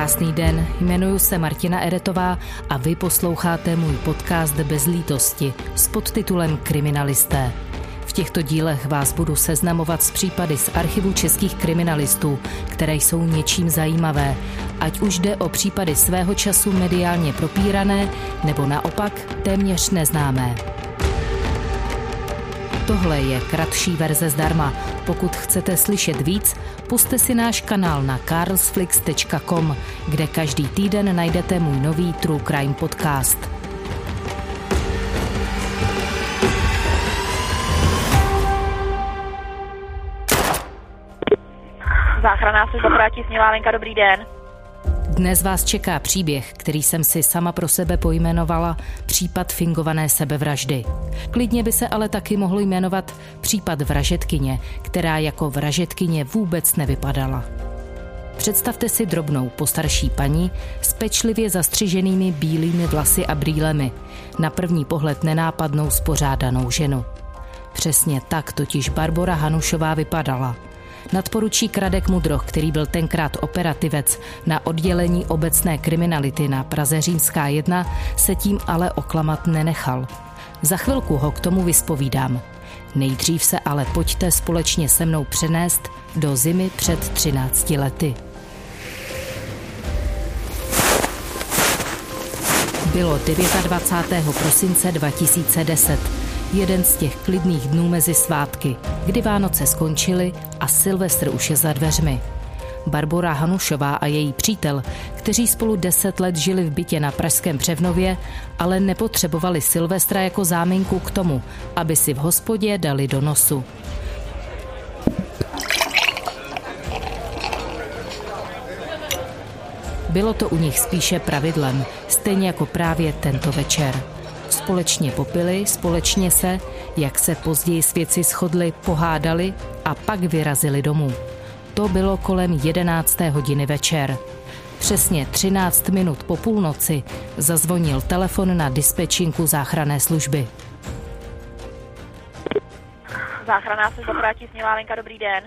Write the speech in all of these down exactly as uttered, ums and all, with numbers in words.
Krásný den, jmenuji se Martina Eretová a vy posloucháte můj podcast Bez lítosti s podtitulem Kriminalisté. V těchto dílech vás budu seznamovat s případy z archivu českých kriminalistů, které jsou něčím zajímavé, ať už jde o případy svého času mediálně propírané, nebo naopak téměř neznámé. Tohle je kratší verze zdarma. Pokud chcete slyšet víc, pusťte si náš kanál na carlsflix tečka com, kde každý týden najdete můj nový True Crime podcast. Záchranná služba Prátisní Válenka, dobrý den. Dnes vás čeká příběh, který jsem si sama pro sebe pojmenovala případ fingované sebevraždy. Klidně by se ale taky mohl jmenovat případ vražedkyně, která jako vražedkyně vůbec nevypadala. Představte si drobnou postarší paní s pečlivě zastřiženými bílými vlasy a brýlemi, na první pohled nenápadnou spořádanou ženu. Přesně tak totiž Barbora Hanušová vypadala. Nadporučík Radek Mudroch, který byl tenkrát operativec na oddělení obecné kriminality na Praze Římská jedna, se tím ale oklamat nenechal. Za chvilku ho k tomu vyspovídám. Nejdřív se ale pojďte společně se mnou přenést do zimy před třinácti lety. Bylo dvacátého devátého prosince dva tisíce deset. Jeden z těch klidných dnů mezi svátky, kdy Vánoce skončily a Silvestr už je za dveřmi. Barbora Hanušová a její přítel, kteří spolu deset let žili v bytě na pražském Převnově, ale nepotřebovali Silvestra jako záminku k tomu, aby si v hospodě dali do nosu. Bylo to u nich spíše pravidlem, stejně jako právě tento večer. Společně popili, společně se, jak se později svědci shodli, pohádali a pak vyrazili domů. To bylo kolem jedenácté hodiny večer. Přesně třináct minut po půlnoci zazvonil telefon na dispečinku záchranné služby. Záchranná služba Prátisní Válenka, dobrý den.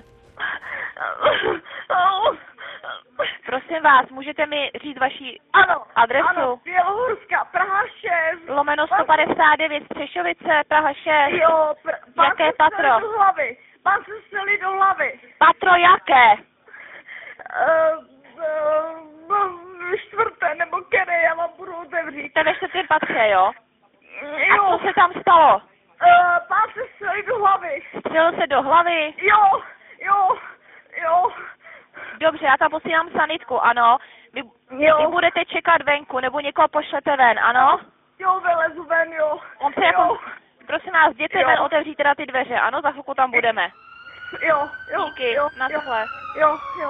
Prosím vás, můžete mi říct vaši ano, adresu? Ano, Bělohorská, Praha šest. Lomeno sto padesát devět, Střešovice, Praha šest. Jo, pr- jaké patro? do hlavy. Pán se střelí do hlavy. Patro jaké? Uh, uh, čtvrté nebo které, já vám budu otevřít. To ve čtvrtém patře, jo? Jo. A co se tam stalo? Uh, pán se střelí do hlavy. Střelil se do hlavy? Jo, jo, jo. Dobře, já tam posílám sanitku, ano. Vy, vy budete čekat venku, nebo někoho pošlete ven, ano? Jo, vylezu ven, jo. On se jako, prosím vás, jděte ven, otevřít teda ty dveře, ano? Za chvilku tam budeme. Jo, jo. Díky, jo, na jo, tohle. Jo, jo.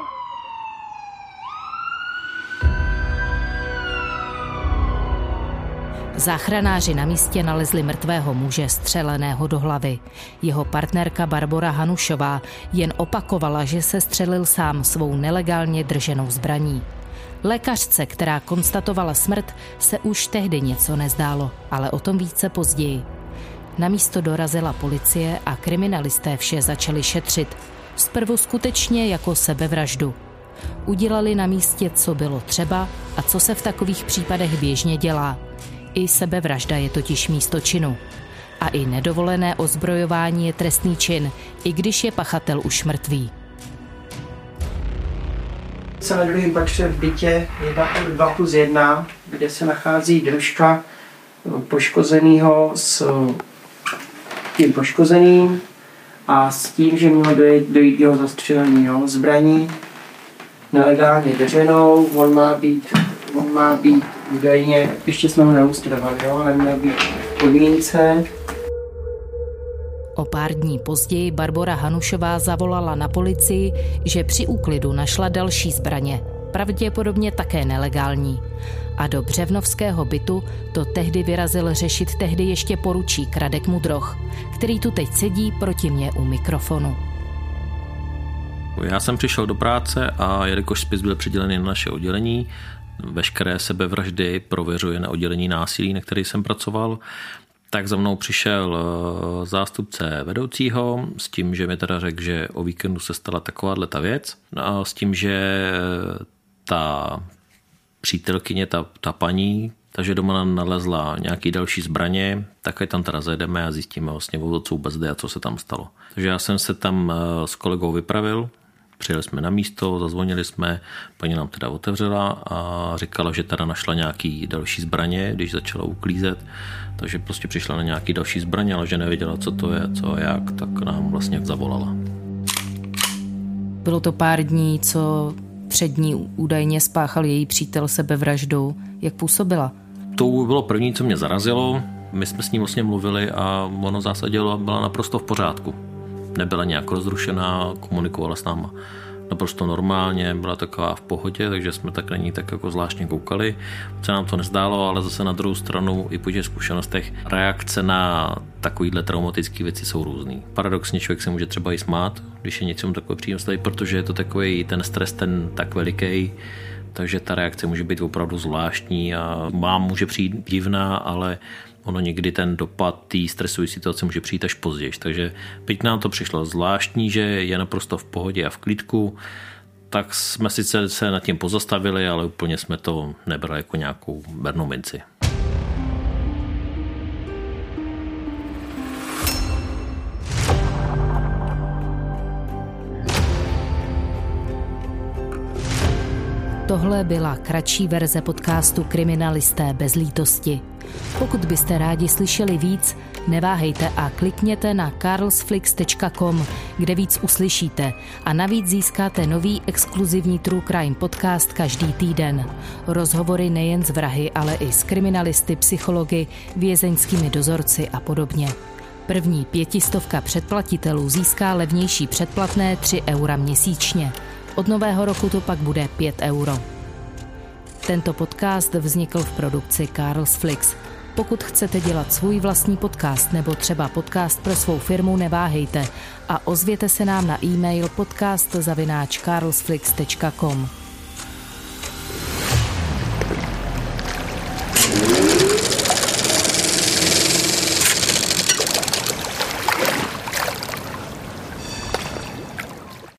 Záchranáři na místě nalezli mrtvého muže střeleného do hlavy. Jeho partnerka Barbora Hanušová jen opakovala, že se střelil sám svou nelegálně drženou zbraní. Lékařce, která konstatovala smrt, se už tehdy něco nezdálo, ale o tom více později. Na místo dorazila policie a kriminalisté vše začali šetřit. Zprvu skutečně jako sebevraždu. Udělali na místě, co bylo třeba a co se v takových případech běžně dělá. I sebevražda je totiž místo činu. A i nedovolené ozbrojování je trestný čin, i když je pachatel už mrtvý. Se na druhém patře v bytě dva plus jedna, kde se nachází družka poškozenýho s tím poškozeným a s tím, že mělo dojít, dojít jeho zastřelení, jo, zbraní nelegálně drženou, on má být, on má být údajně, ještě jsme ho neustřelovali, jo, ale měl být v podmínce. O pár dní později Barbora Hanušová zavolala na policii, že při úklidu našla další zbraně, pravděpodobně také nelegální. A do břevnovského bytu to tehdy vyrazil řešit tehdy ještě poručík Radek Mudroch, který tu teď sedí proti mně u mikrofonu. Já jsem přišel do práce a jelikož spis byl přidělený na naše oddělení, veškeré sebevraždy prověřuje na oddělení násilí, na který jsem pracoval, tak za mnou přišel zástupce vedoucího s tím, že mi teda řekl, že o víkendu se stala takováhle ta věc a s tím, že ta přítelkyně, ta, ta paní, takže doma nalezla nějaký další zbraně, tak tam teda zajdeme a zjistíme vlastně, co vůbec jde a co se tam stalo. Takže já jsem se tam s kolegou vypravil, přijeli jsme na místo, zazvonili jsme, paní nám teda otevřela a říkala, že teda našla nějaký další zbraně, když začala uklízet, takže prostě přišla na nějaký další zbraně, ale že nevěděla, co to je, co a jak, tak nám vlastně zavolala. Bylo to pár dní, co před ní údajně spáchal její přítel sebevraždu. Jak působila? To bylo první, co mě zarazilo. My jsme s ní vlastně mluvili a ono v zásadě byla naprosto v pořádku. Nebyla nějak rozrušená, komunikovala s náma naprosto normálně, byla taková v pohodě, takže jsme tak na ní tak jako zvláštně koukali. Se nám to nezdálo, ale zase na druhou stranu i po těch zkušenostech reakce na takovýhle traumatické věci jsou různý. Paradoxně člověk se může třeba i smát, když je něčemu takové příjemné, protože je to takový ten stres ten tak veliký, takže ta reakce může být opravdu zvláštní a vám může přijít divná, ale ono někdy ten dopad té stresové situace může přijít až později. Takže byť nám to přišlo zvláštní, že je naprosto v pohodě a v klidku, tak jsme sice se nad tím pozastavili, ale úplně jsme to nebrali jako nějakou bernou minci. Tohle byla kratší verze podcastu Kriminalisté bez lítosti. Pokud byste rádi slyšeli víc, neváhejte a klikněte na carlsflix tečka com, kde víc uslyšíte a navíc získáte nový exkluzivní True Crime podcast každý týden. Rozhovory nejen s vrahy, ale i s kriminalisty, psychology, vězeňskými dozorci a podobně. První pětistovka předplatitelů získá levnější předplatné tři eura měsíčně. Od nového roku to pak bude pět euro. Tento podcast vznikl v produkci Carlsflix. Pokud chcete dělat svůj vlastní podcast nebo třeba podcast pro svou firmu, neváhejte a ozvěte se nám na e-mail podcast zavináč carlsflix tečka com.